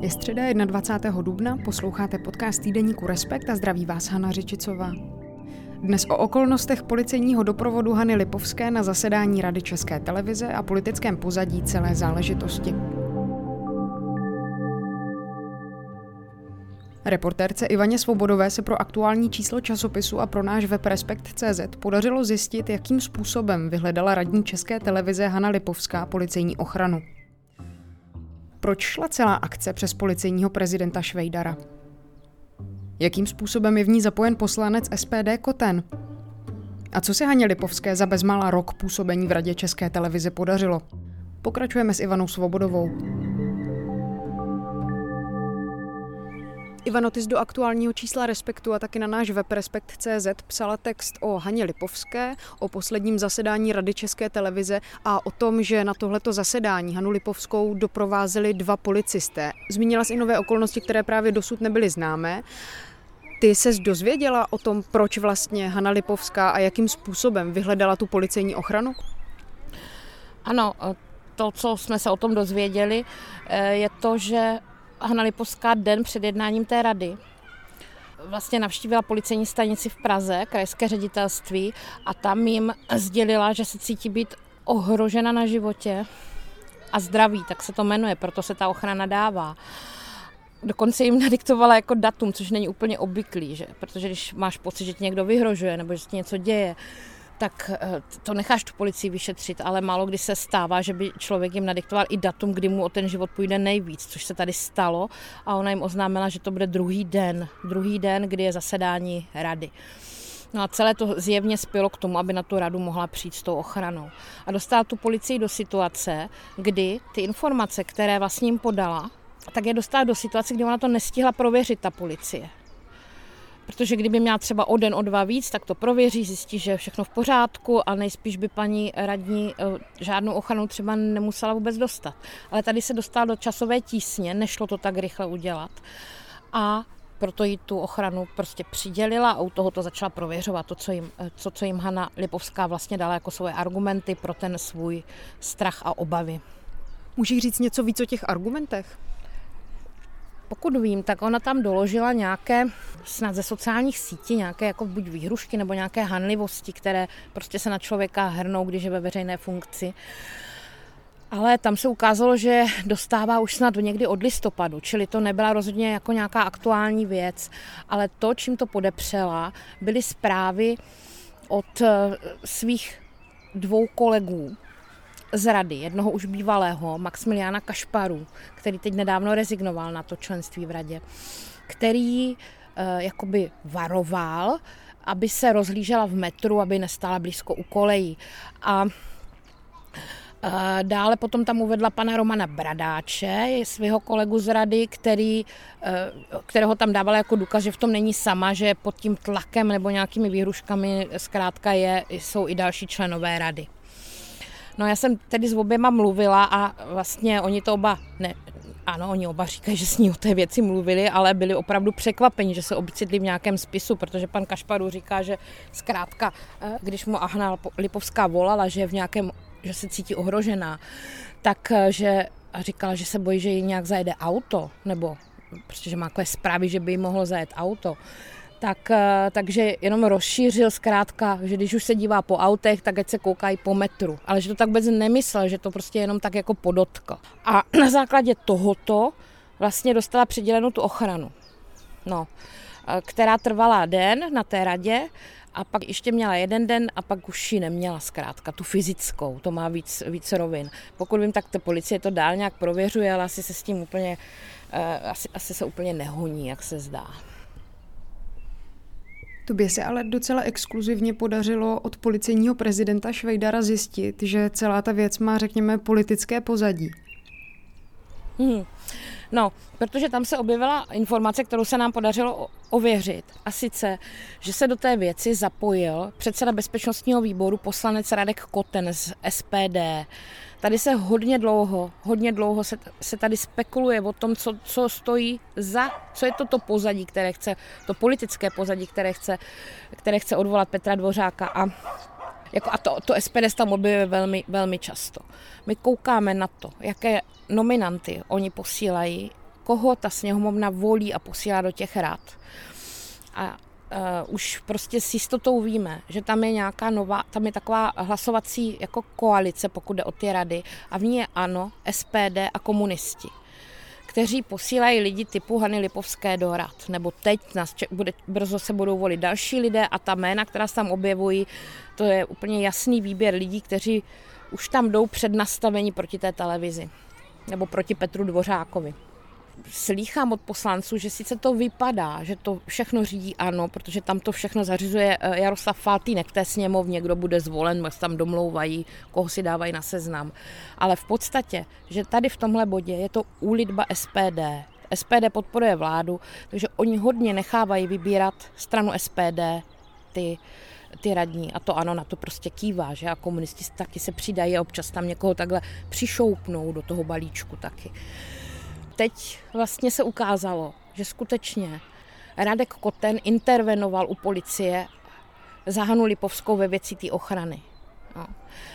Je středa 21. dubna, posloucháte podcast týdeníku Respekt a zdraví vás Hana Řičicová. Dnes o okolnostech policejního doprovodu Hany Lipovské na zasedání Rady České televize a politickém pozadí celé záležitosti. Reportérce Ivaně Svobodové se pro aktuální číslo časopisu a pro náš web Respekt.cz podařilo zjistit, jakým způsobem vyhledala radní České televize Hana Lipovská policejní ochranu. Proč šla celá akce přes policejního prezidenta Švejdara? Jakým způsobem je v ní zapojen poslanec SPD Koten? A co se Haně Lipovské za bezmála rok působení v Radě České televize podařilo? Pokračujeme s Ivanou Svobodovou. Ivano, ty jsi do aktuálního čísla Respektu a taky na náš web Respekt.cz psala text o Haně Lipovské, o posledním zasedání Rady České televize a o tom, že na tohleto zasedání Hanu Lipovskou doprovázeli 2 policisté. Zmínila jsi i nové okolnosti, které právě dosud nebyly známé. Ty ses dozvěděla o tom, proč vlastně Hana Lipovská a jakým způsobem vyhledala tu policejní ochranu? Ano, to, co jsme se o tom dozvěděli, je to, že Hana Lipovská den před jednáním té rady vlastně navštívila policejní stanici v Praze, krajské ředitelství, a tam jim sdělila, že se cítí být ohrožena na životě a zdraví, tak se to jmenuje, proto se ta ochrana dává. Dokonce jim nadiktovala jako datum, což není úplně obvyklý, že? Protože když máš pocit, že ti někdo vyhrožuje nebo že se ti něco děje, tak to necháš tu policii vyšetřit, ale málo kdy se stává, že by člověk jim nadiktoval i datum, kdy mu o ten život půjde nejvíc, což se tady stalo, a ona jim oznámila, že to bude druhý den, kdy je zasedání rady. No a celé to zjevně spělo k tomu, aby na tu radu mohla přijít s tou ochranou. A dostala tu policii do situace, kdy ty informace, které vlastně jim podala, tak je dostala do situace, kdy ona to nestihla prověřit, ta policie. Protože kdyby měla třeba o den, o 2 víc, tak to prověří, zjistí, že je všechno v pořádku a nejspíš by paní radní žádnou ochranu třeba nemusela vůbec dostat. Ale tady se dostala do časové tísně, nešlo to tak rychle udělat. A proto jí tu ochranu prostě přidělila a u toho to začala prověřovat, co jim Hana Lipovská vlastně dala jako svoje argumenty pro ten svůj strach a obavy. Můžeš říct něco víc o těch argumentech? Pokud vím, tak ona tam doložila nějaké, snad ze sociálních sítí, nějaké jako buď výhrušky nebo nějaké hanlivosti, které prostě se na člověka hrnou, když je ve veřejné funkci. Ale tam se ukázalo, že dostává už snad někdy od listopadu, čili to nebyla rozhodně jako nějaká aktuální věc, ale to, čím to podepřela, byly zprávy od svých 2 kolegů z rady, jednoho už bývalého, Maxmiliána Kašparu, který teď nedávno rezignoval na to členství v radě, který jakoby varoval, aby se rozhlížela v metru, aby nestála blízko u kolejí. A dále potom tam uvedla pana Romana Bradáče, svého kolegu z rady, kterého tam dávala jako důkaz, že v tom není sama, že pod tím tlakem nebo nějakými výhruškami zkrátka jsou i další členové rady. No, já jsem tedy s oběma mluvila a vlastně oni to oba, oni oba říkají, že s ní o té věci mluvili, ale byli opravdu překvapeni, že se ocitli v nějakém spisu, protože pan Kašparu říká, že zkrátka, když mu Hana Lipovská volala, že se cítí ohrožená, takže říkala, že se bojí, že jí nějak zajede auto, nebo protože má takové zprávy, že by jí mohlo zajet auto. Takže jenom rozšířil zkrátka, že když už se dívá po autech, tak ať se kouká i po metru. Ale že to tak vůbec nemyslel, že to prostě jenom tak jako podotkl. A na základě tohoto vlastně dostala přidělenou tu ochranu, která trvala den na té radě a pak ještě měla 1 den a pak už ji neměla zkrátka, tu fyzickou, to má víc rovin. Pokud vím, tak ta policie to dál nějak prověřuje, ale asi se s tím úplně, asi se úplně nehoní, jak se zdá. Tobě se ale docela exkluzivně podařilo od policejního prezidenta Švejdara zjistit, že celá ta věc má, řekněme, politické pozadí. No, protože tam se objevila informace, kterou se nám podařilo ověřit. A sice, že se do té věci zapojil předseda bezpečnostního výboru poslanec Radek Koten z SPD. Tady se hodně dlouho se tady spekuluje o tom, co stojí co je to pozadí, to politické pozadí, které chce odvolat Petra Dvořáka. A to SPD tam objevuje velmi, velmi často. My koukáme na to, jaké nominanty oni posílají koho ta sněmovna volí a posílá do těch rad. A už prostě s jistotou víme, že tam je nějaká nová, tam je taková hlasovací jako koalice, pokud jde o ty rady, a v ní je ANO, SPD a komunisti, kteří posílají lidi typu Hany Lipovské do rad. Nebo teď brzo se budou volit další lidé a ta jména, která se tam objevují, to je úplně jasný výběr lidí, kteří už tam jdou přednastavení proti té televizi nebo proti Petru Dvořákovi. Slýchám od poslanců, že sice to vypadá, že to všechno řídí ANO, protože tam to všechno zařizuje Jaroslav Faltýnek v té sněmovně, kdo bude zvolen, jak tam domlouvají, koho si dávají na seznam. Ale v podstatě, že tady v tomhle bodě je to úlitba SPD. SPD podporuje vládu, takže oni hodně nechávají vybírat stranu SPD ty radní, a to ANO na to prostě kývá, že, a komunisti taky se přidají a občas tam někoho takhle přišoupnou do toho balíčku taky. Teď vlastně se ukázalo, že skutečně Radek Koten intervenoval u policie za Hanu Lipovskou ve věci té ochrany. No.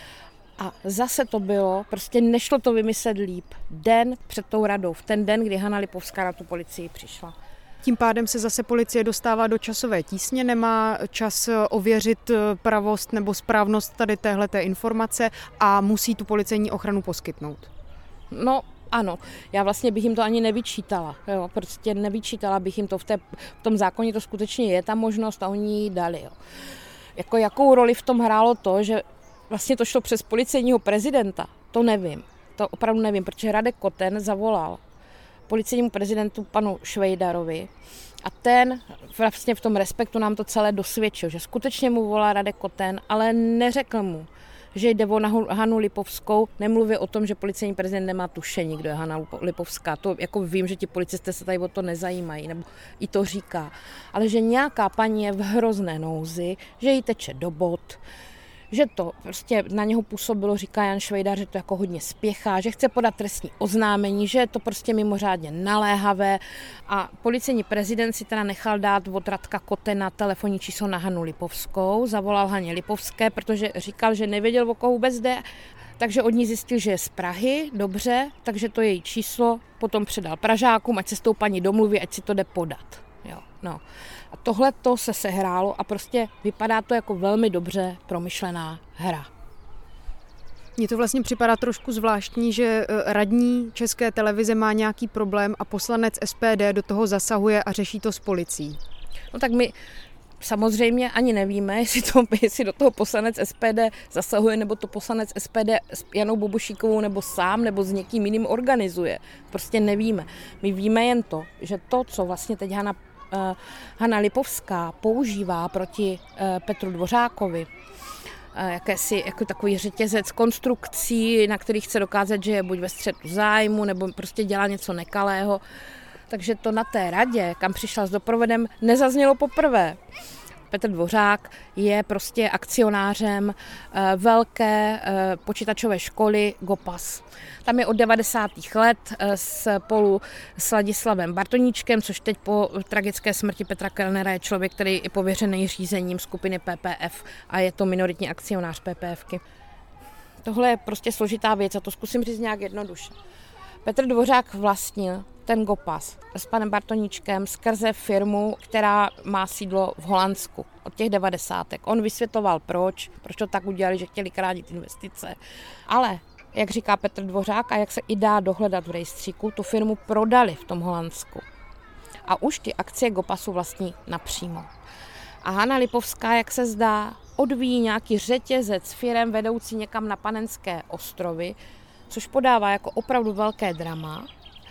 A zase to bylo, prostě nešlo to vymyslet líp. Den před tou radou, v ten den, kdy Hana Lipovská na tu policii přišla. Tím pádem se zase policie dostává do časové tísně, nemá čas ověřit pravost nebo správnost tady téhleté informace a musí tu policejní ochranu poskytnout. No, ano, já vlastně bych jim to ani nevyčítala, jo, prostě nevyčítala bych jim to, v tom zákoně to skutečně je ta možnost a oni ji dali. Jo. Jako jakou roli v tom hrálo to, že vlastně to šlo přes policejního prezidenta, to nevím, to opravdu nevím, protože Radek Koten zavolal policejnímu prezidentu panu Švejdarovi a ten vlastně v tom Respektu nám to celé dosvědčil, že skutečně mu volá Radek Koten, ale neřekl mu, že jde o Hanu Lipovskou, nemluví o tom, že policejní prezident nemá tušení, kdo je Hana Lipovská. To jako vím, že ti policisté se tady o to nezajímají, nebo i to říká. Ale že nějaká paní je v hrozné nouzi, že jí teče do bot, že to prostě na něho působilo, říká Jan Švejdar, že to jako hodně spěchá, že chce podat trestní oznámení, že je to prostě mimořádně naléhavé a policejní prezident si teda nechal dát od Radka Kotena telefonní číslo na Hanu Lipovskou, zavolal Haně Lipovské, protože říkal, že nevěděl, o koho vůbec jde, takže od ní zjistil, že je z Prahy, dobře, takže to její číslo potom předal Pražákům, ať se s tou paní domluví, ať si to jde podat. Jo, no. A tohle to se sehrálo a prostě vypadá to jako velmi dobře promyšlená hra. Mně to vlastně připadá trošku zvláštní, že radní České televize má nějaký problém a poslanec SPD do toho zasahuje a řeší to s policií. No tak my samozřejmě ani nevíme, jestli do toho poslanec SPD zasahuje, nebo to poslanec SPD s Janou Bobošíkovou nebo sám, nebo s někým jiným organizuje. Prostě nevíme. My víme jen to, že to, co vlastně teď Hana Lipovská používá proti Petru Dvořákovi, jakési jako takový řetězec konstrukcí, na kterých chce dokázat, že je buď ve střetu zájmu, nebo prostě dělá něco nekalého. Takže to na té radě, kam přišla s doprovodem, nezaznělo poprvé. Petr Dvořák je prostě akcionářem velké počítačové školy Gopas. Tam je od 90. let spolu s Ladislavem Bartoníčkem, což teď po tragické smrti Petra Kellnera je člověk, který je pověřený řízením skupiny PPF a je to minoritní akcionář PPFky. Tohle je prostě složitá věc a to zkusím říct nějak jednoduše. Petr Dvořák vlastnil ten Gopas s panem Bartoníčkem skrze firmu, která má sídlo v Holandsku od těch 90. On vysvětloval proč to tak udělali, že chtěli kránit investice. Ale, jak říká Petr Dvořák a jak se i dá dohledat v rejstříku, tu firmu prodali v tom Holandsku. A už ty akcie Gopasu vlastní napřímo. A Hana Lipovská, jak se zdá, odvíjí nějaký řetězec firem vedoucí někam na Panenské ostrovy, což podává jako opravdu velké drama.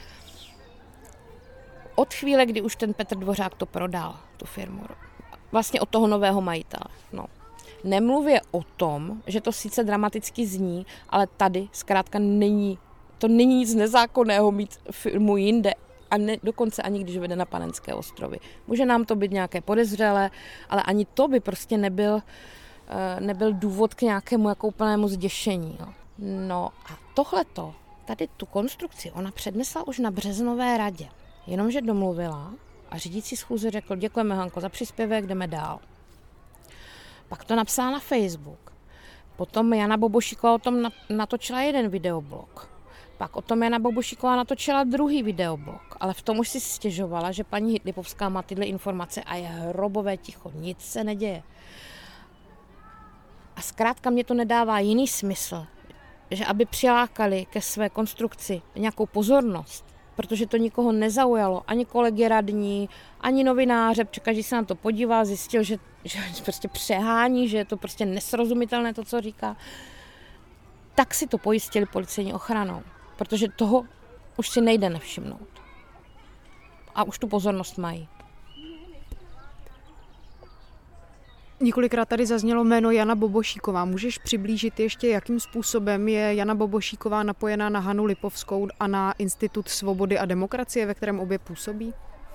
Od chvíle, kdy už ten Petr Dvořák to prodal, tu firmu, vlastně od toho nového majitele. No. Nemluvě o tom, že to sice dramaticky zní, ale tady zkrátka není nic nezákonného mít firmu jinde, a ne, dokonce ani když vede na Panenské ostrovy. Může nám to být nějaké podezřelé, ale ani to by prostě nebyl důvod k nějakému jako úplnému zděšení. Jo. No a tohleto, tady tu konstrukci, ona přednesla už na březnové radě. Jenomže domluvila a řídící schůze řekl, děkujeme Hanko za příspěvek, jdeme dál. Pak to napsala na Facebook. Potom Jana Bobošíková o tom natočila jeden videoblog. Pak o tom Jana Bobošíková natočila druhý videoblog, ale v tom už si stěžovala, že paní Lipovská má tyhle informace a je hrobové ticho, nic se neděje. A zkrátka mě to nedává jiný smysl, že aby přilákali ke své konstrukci nějakou pozornost, protože to nikoho nezaujalo, ani kolegy radní, ani novináře, protože každý se na to podíval, zjistil, že prostě přehání, že je to prostě nesrozumitelné to, co říká, tak si to pojistili policejní ochranou, protože toho už si nejde nevšimnout. A už tu pozornost mají. Několikrát tady zaznělo jméno Jana Bobošíková. Můžeš přiblížit ještě, jakým způsobem je Jana Bobošíková napojená na Hanu Lipovskou a na Institut svobody a demokracie, ve kterém obě působí?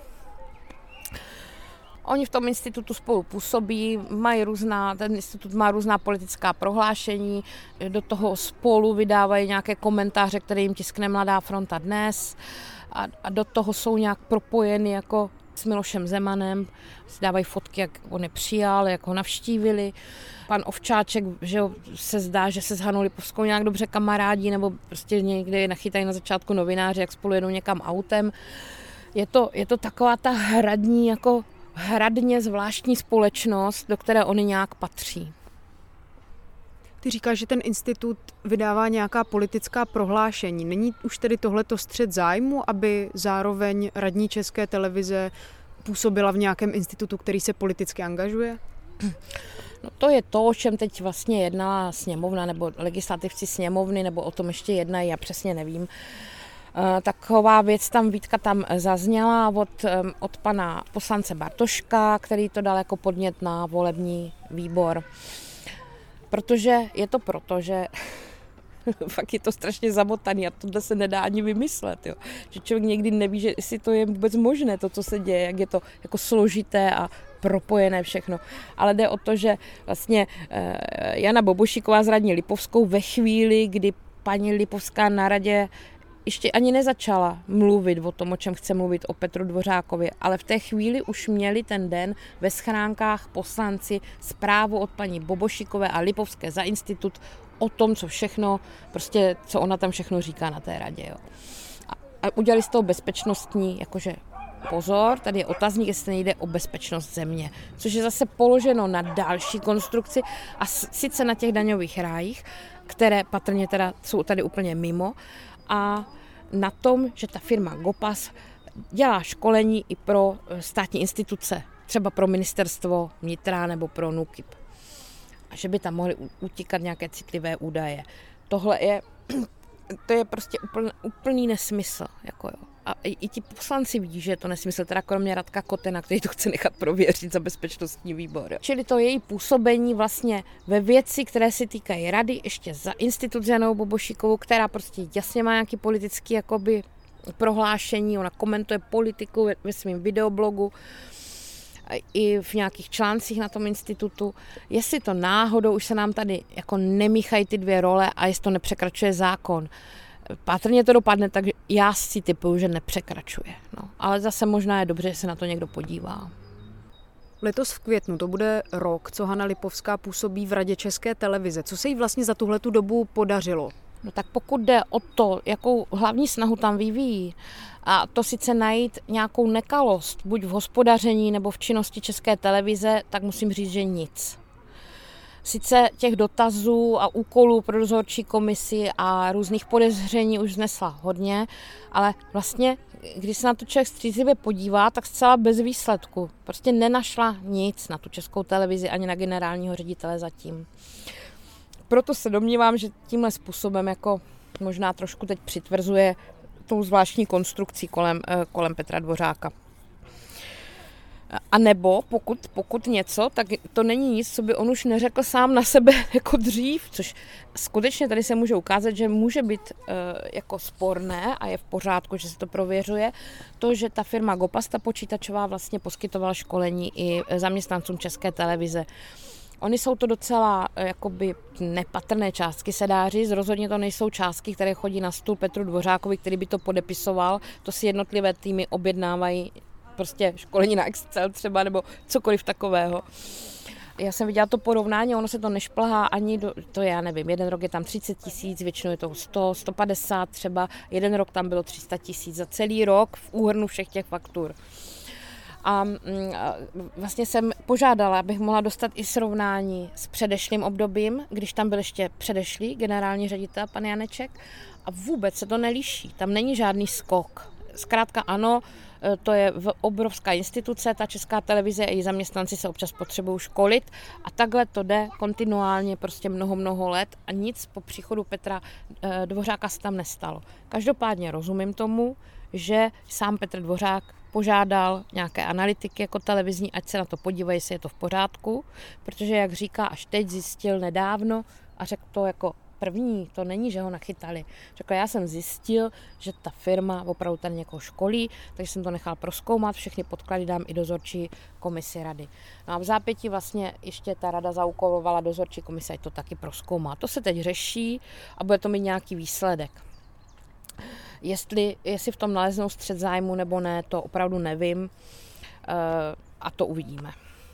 Oni v tom institutu spolu působí, ten institut má různá politická prohlášení, do toho spolu vydávají nějaké komentáře, které jim tiskne Mladá fronta Dnes a do toho jsou nějak propojeny jako s Milošem Zemanem, si dávají fotky, jak on je přijal, jak ho navštívili. Pan Ovčáček, že se zdá, že se s Hanou Lipovskou nějak dobře kamarádí, nebo prostě někde je nachytají na začátku novináři, jak spolu jedou někam autem. Je to taková ta hradně zvláštní společnost, do které oni nějak patří. Ty říkáš, že ten institut vydává nějaká politická prohlášení. Není už tedy tohleto střet zájmu, aby zároveň radní České televize působila v nějakém institutu, který se politicky angažuje? No to je to, o čem teď vlastně jednala sněmovna, nebo legislativci sněmovny, nebo o tom ještě jednají, já přesně nevím. Taková věc výtka tam zazněla od pana poslance Bartoška, který to dal jako podnět na volební výbor. Protože fakt je to strašně zamotaný a tohle se nedá ani vymyslet. Jo. Že člověk někdy neví, že jestli to je vůbec možné, to, co se děje, jak je to jako složité a propojené všechno. Ale jde o to, že vlastně Jana Bobošíková s radní Lipovskou ve chvíli, kdy paní Lipovská na radě ještě ani nezačala mluvit o tom, o čem chce mluvit, o Petru Dvořákovi, ale v té chvíli už měli ten den ve schránkách poslanci zprávu od paní Bobošíkové a Lipovské za institut o tom, co ona tam všechno říká na té radě. Jo. A udělali z toho bezpečnostní, jakože pozor, tady je otazník, jestli nejde o bezpečnost země, což je zase položeno na další konstrukci a sice na těch daňových rájích, které patrně teda jsou tady úplně mimo, a na tom, že ta firma Gopas dělá školení i pro státní instituce, třeba pro ministerstvo vnitra nebo pro NÚKIB. A že by tam mohly utíkat nějaké citlivé údaje. To je prostě úplný nesmysl. Jako jo. A i ti poslanci vidí, že je to nesmysl, teda kromě Radka Kotena, který to chce nechat prověřit za bezpečnostní výbor. Jo. Čili to její působení vlastně ve věci, které se týkají rady, ještě za institut s Janou Bobošíkovou, která prostě jasně má nějaký politický jakoby prohlášení, ona komentuje politiku ve svém videoblogu, i v nějakých článcích na tom institutu, jestli to náhodou už se nám tady jako nemíchají ty dvě role a jestli to nepřekračuje zákon. Patrně to dopadne, takže já si typuju, že nepřekračuje. No. Ale zase možná je dobře, že se na to někdo podívá. Letos v květnu to bude rok, co Hana Lipovská působí v Radě České televize. Co se jí vlastně za tuhletu dobu podařilo? No tak pokud jde o to, jakou hlavní snahu tam vyvíjí, a to sice najít nějakou nekalost, buď v hospodaření nebo v činnosti České televize, tak musím říct, že nic. Sice těch dotazů a úkolů pro dozorčí komisi a různých podezření už znesla hodně, ale vlastně, když se na to člověk střízlivě podívá, tak zcela bez výsledku. Prostě nenašla nic na tu Českou televizi ani na generálního ředitele zatím. Proto se domnívám, že tímhle způsobem jako možná trošku teď přitvrzuje tou zvláštní konstrukcí kolem Petra Dvořáka. A nebo pokud něco, tak to není nic, co by on už neřekl sám na sebe jako dřív, což skutečně tady se může ukázat, že může být jako sporné a je v pořádku, že se to prověřuje, to, že ta firma Gopas, ta počítačová, vlastně poskytovala školení i zaměstnancům České televize. Oni jsou to docela jakoby nepatrné částky, se dá říct. Rozhodně to nejsou částky, které chodí na stůl Petru Dvořákovi, který by to podepisoval. To si jednotlivé týmy objednávají, prostě školení na Excel třeba, nebo cokoliv takového. Já jsem viděla to porovnání, ono se to nešplhá ani to já nevím, jeden rok je tam 30 000, většinou je to 100, 150 třeba, jeden rok tam bylo 300 000 za celý rok v úhrnu všech těch faktur. A vlastně jsem požádala, abych mohla dostat i srovnání s předešlým obdobím, když tam byl ještě předešlý generální ředitel, pan Janeček, a vůbec se to neliší, tam není žádný skok. Zkrátka ano, to je obrovská instituce, ta Česká televize a její zaměstnanci se občas potřebují školit a takhle to jde kontinuálně prostě mnoho let a nic po příchodu Petra Dvořáka se tam nestalo. Každopádně rozumím tomu, že sám Petr Dvořák požádal nějaké analytiky jako televizní, ať se na to podívají, jestli je to v pořádku, protože jak říká, až teď zjistil nedávno a řekl to jako první, to není, že ho nachytali. Řekl, já jsem zjistil, že ta firma opravdu tady někoho školí, takže jsem to nechal prozkoumat, všechny podklady dám i dozorčí komisi rady. No a v zápětí vlastně ještě ta rada zaúkolovala dozorčí komisi, ať to taky prozkoumá. To se teď řeší a bude to mít nějaký výsledek. Jestli v tom naleznou střet zájmu nebo ne, to opravdu nevím a to uvidíme.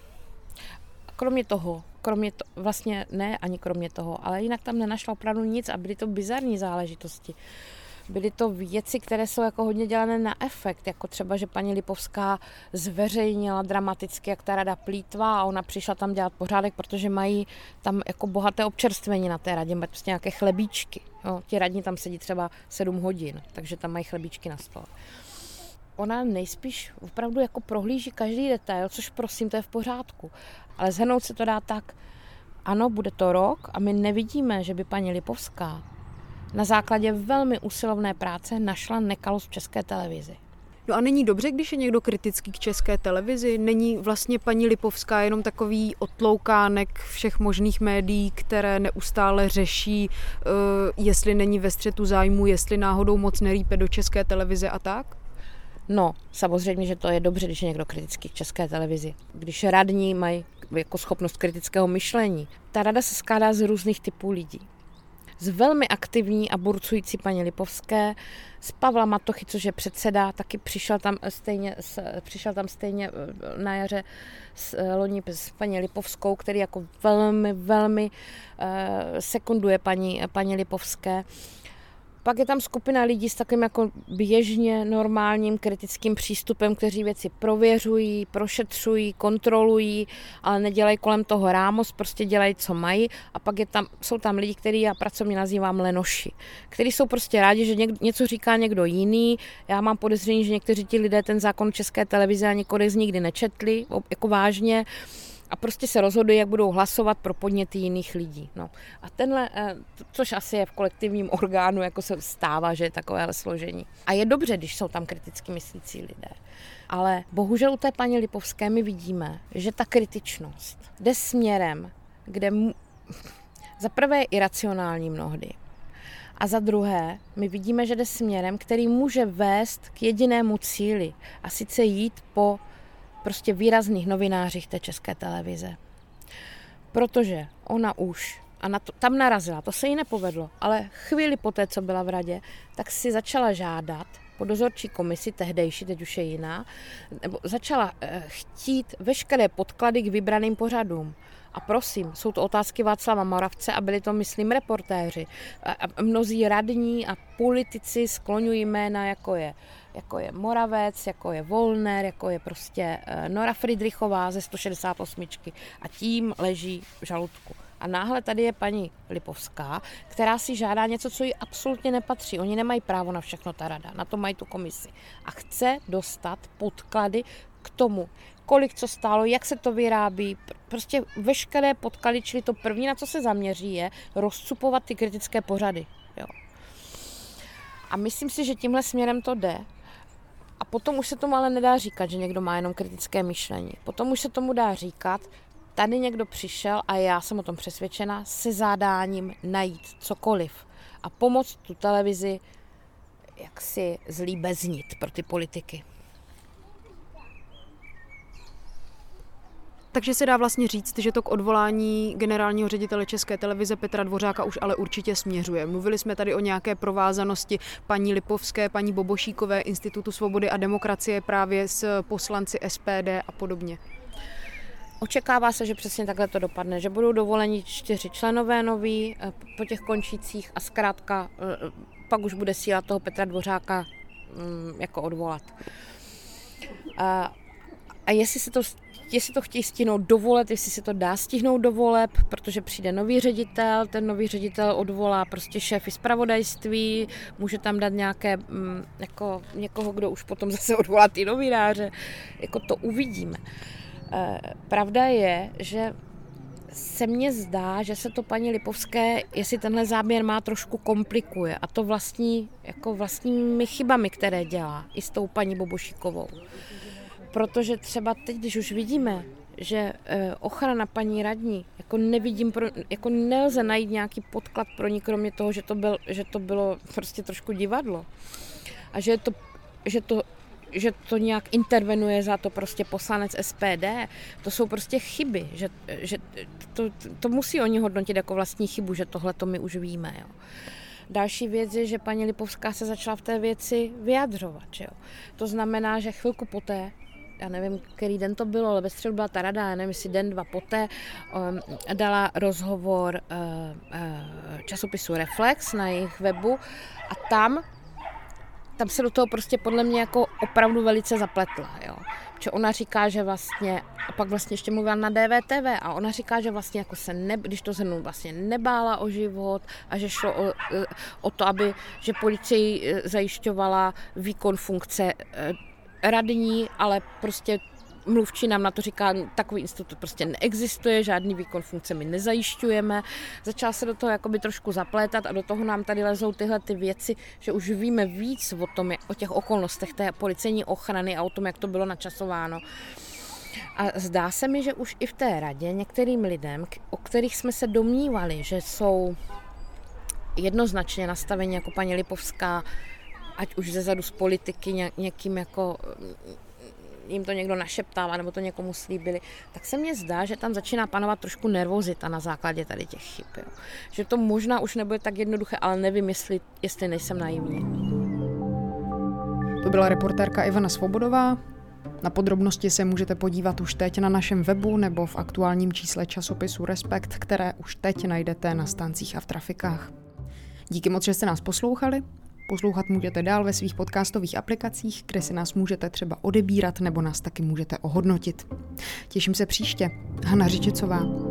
Kromě toho, vlastně ne ani kromě toho, ale jinak tam nenašla opravdu nic a byly to bizarní záležitosti. Byly to věci, které jsou jako hodně dělané na efekt, jako třeba, že paní Lipovská zveřejnila dramaticky, jak ta rada plýtvá a ona přišla tam dělat pořádek, protože mají tam jako bohaté občerstvení na té radě, mají prostě nějaké chlebíčky. Jo, ti radní tam sedí třeba 7 hodin, takže tam mají chlebíčky na stole. Ona nejspíš opravdu jako prohlíží každý detail, což prosím, to je v pořádku. Ale shrnout se to dá tak, ano, bude to rok a my nevidíme, že by paní Lipovská na základě velmi usilovné práce našla nekalost v České televizi. No a není dobře, když je někdo kritický k České televizi? Není vlastně paní Lipovská jenom takový otloukánek všech možných médií, které neustále řeší, jestli není ve střetu zájmu, jestli náhodou moc nerýpe do České televize a tak? No, samozřejmě, že to je dobře, když je někdo kritický k České televizi. Když radní mají jako schopnost kritického myšlení. Ta rada se skládá z různých typů lidí. Z velmi aktivní a burcující paní Lipovské, z Pavla Matochy, což je předseda, taky přišel tam stejně na jaře loni s paní Lipovskou, který jako velmi sekunduje paní Lipovské. Pak je tam skupina lidí s takovým jako běžně normálním kritickým přístupem, kteří věci prověřují, prošetřují, kontrolují, ale nedělají kolem toho rámos, prostě dělají, co mají. A pak jsou tam lidi, který já pracovně nazývám lenoši, kteří jsou prostě rádi, že něco říká někdo jiný. Já mám podezření, že někteří ti lidé ten zákon České televize ani kodex nikdy nečetli, jako vážně. A prostě se rozhodují, jak budou hlasovat pro podněty jiných lidí. No. A tenhle, což asi je v kolektivním orgánu, jako se stává, že je takovéhle složení. A je dobře, když jsou tam kriticky myslící lidé. Ale bohužel u té paní Lipovské my vidíme, že ta kritičnost jde směrem, kde za prvé je iracionální mnohdy. A za druhé, my vidíme, že jde směrem, který může vést k jedinému cíli. A sice jít po prostě výrazných novinářích té České televize. Protože ona už, tam narazila, to se jí nepovedlo, ale chvíli poté, co byla v radě, tak si začala žádat po dozorčí komisi, tehdejší, teď už je jiná, nebo začala chtít veškeré podklady k vybraným pořadům. A prosím, jsou to otázky Václava Moravce a byli to, myslím, reportéři. A mnozí radní a politici skloňují jména, jako je Moravec, jako je Wollner, jako je prostě Nora Fridrichová ze 168. A tím leží v žaludku. A náhle tady je paní Lipovská, která si žádá něco, co jí absolutně nepatří. Oni nemají právo na všechno, ta rada, na to mají tu komisi. A chce dostat podklady k tomu, kolik co stálo, jak se to vyrábí, prostě veškeré podklady, čili to první, na co se zaměří, je rozcupovat ty kritické pořady. Jo. A myslím si, že tímhle směrem to jde. A potom už se tomu ale nedá říkat, že někdo má jenom kritické myšlení. Potom už se tomu dá říkat, tady někdo přišel, a já jsem o tom přesvědčena, se zadáním najít cokoliv a pomoct tu televizi jaksi zlíbeznit pro ty politiky. Takže se dá vlastně říct, že to k odvolání generálního ředitele České televize Petra Dvořáka už ale určitě směřuje. Mluvili jsme tady o nějaké provázanosti paní Lipovské, paní Bobošíkové, Institutu svobody a demokracie právě s poslanci SPD a podobně. Očekává se, že přesně takhle to dopadne, že budou dovoleni 4 členové noví po těch končících a zkrátka pak už bude síla toho Petra Dvořáka jako odvolat. A jestli to chtějí stihnout do voleb, jestli se to dá stihnout do voleb, protože přijde nový ředitel, ten nový ředitel odvolá prostě šéfy zpravodajství, může tam dát nějaké, jako někoho, kdo už potom zase odvolá ty novináře, jako to uvidíme. Pravda je, že se mně zdá, že se to paní Lipovské, jestli tenhle záběr má, trošku komplikuje a to vlastními chybami, které dělá i s tou paní Bobošíkovou. Protože třeba teď, když už vidíme, že ochrana paní radní, jako nelze najít nějaký podklad pro ní, kromě toho, že to bylo prostě trošku divadlo a že to nějak intervenuje za to prostě poslanec SPD, to jsou prostě chyby, že to musí oni hodnotit jako vlastní chybu, že tohle to my už víme. Jo. Další věc je, že paní Lipovská se začala v té věci vyjadřovat. Že jo. To znamená, že chvilku poté, já nevím, který den to bylo, ale ve středu byla ta rada, já nevím, jestli den, 2 poté, dala rozhovor časopisu Reflex na jejich webu a tam se do toho prostě podle mě jako opravdu velice zapletla, jo. Protože ona říká, že vlastně, a pak vlastně ještě mluvila na DVTV a ona říká, že vlastně jako když to shrnu, vlastně nebála o život a že šlo o to, že policie zajišťovala výkon funkce radní, ale prostě mluvčí nám na to říká, takový institut prostě neexistuje, žádný výkon funkce my nezajišťujeme. Začala se do toho jakoby trošku zaplétat a do toho nám tady lezou tyhle ty věci, že už víme víc o těch okolnostech té policejní ochrany a o tom, jak to bylo načasováno. A zdá se mi, že už i v té radě některým lidem, o kterých jsme se domnívali, že jsou jednoznačně nastaveni jako paní Lipovská, ať už zezadu z politiky někým jako jim to někdo našeptává nebo to někomu slíbili, tak se mně zdá, že tam začíná panovat trošku nervozita na základě tady těch chyb. Jo. Že to možná už nebude tak jednoduché, ale nevím, jestli nejsem naivní. To byla reportérka Ivana Svobodová. Na podrobnosti se můžete podívat už teď na našem webu nebo v aktuálním čísle časopisu Respekt, které už teď najdete na stáncích a v trafikách. Díky moc, že jste nás poslouchali. Poslouchat můžete dál ve svých podcastových aplikacích, kde si nás můžete třeba odebírat nebo nás taky můžete ohodnotit. Těším se příště. Hana Řičicová.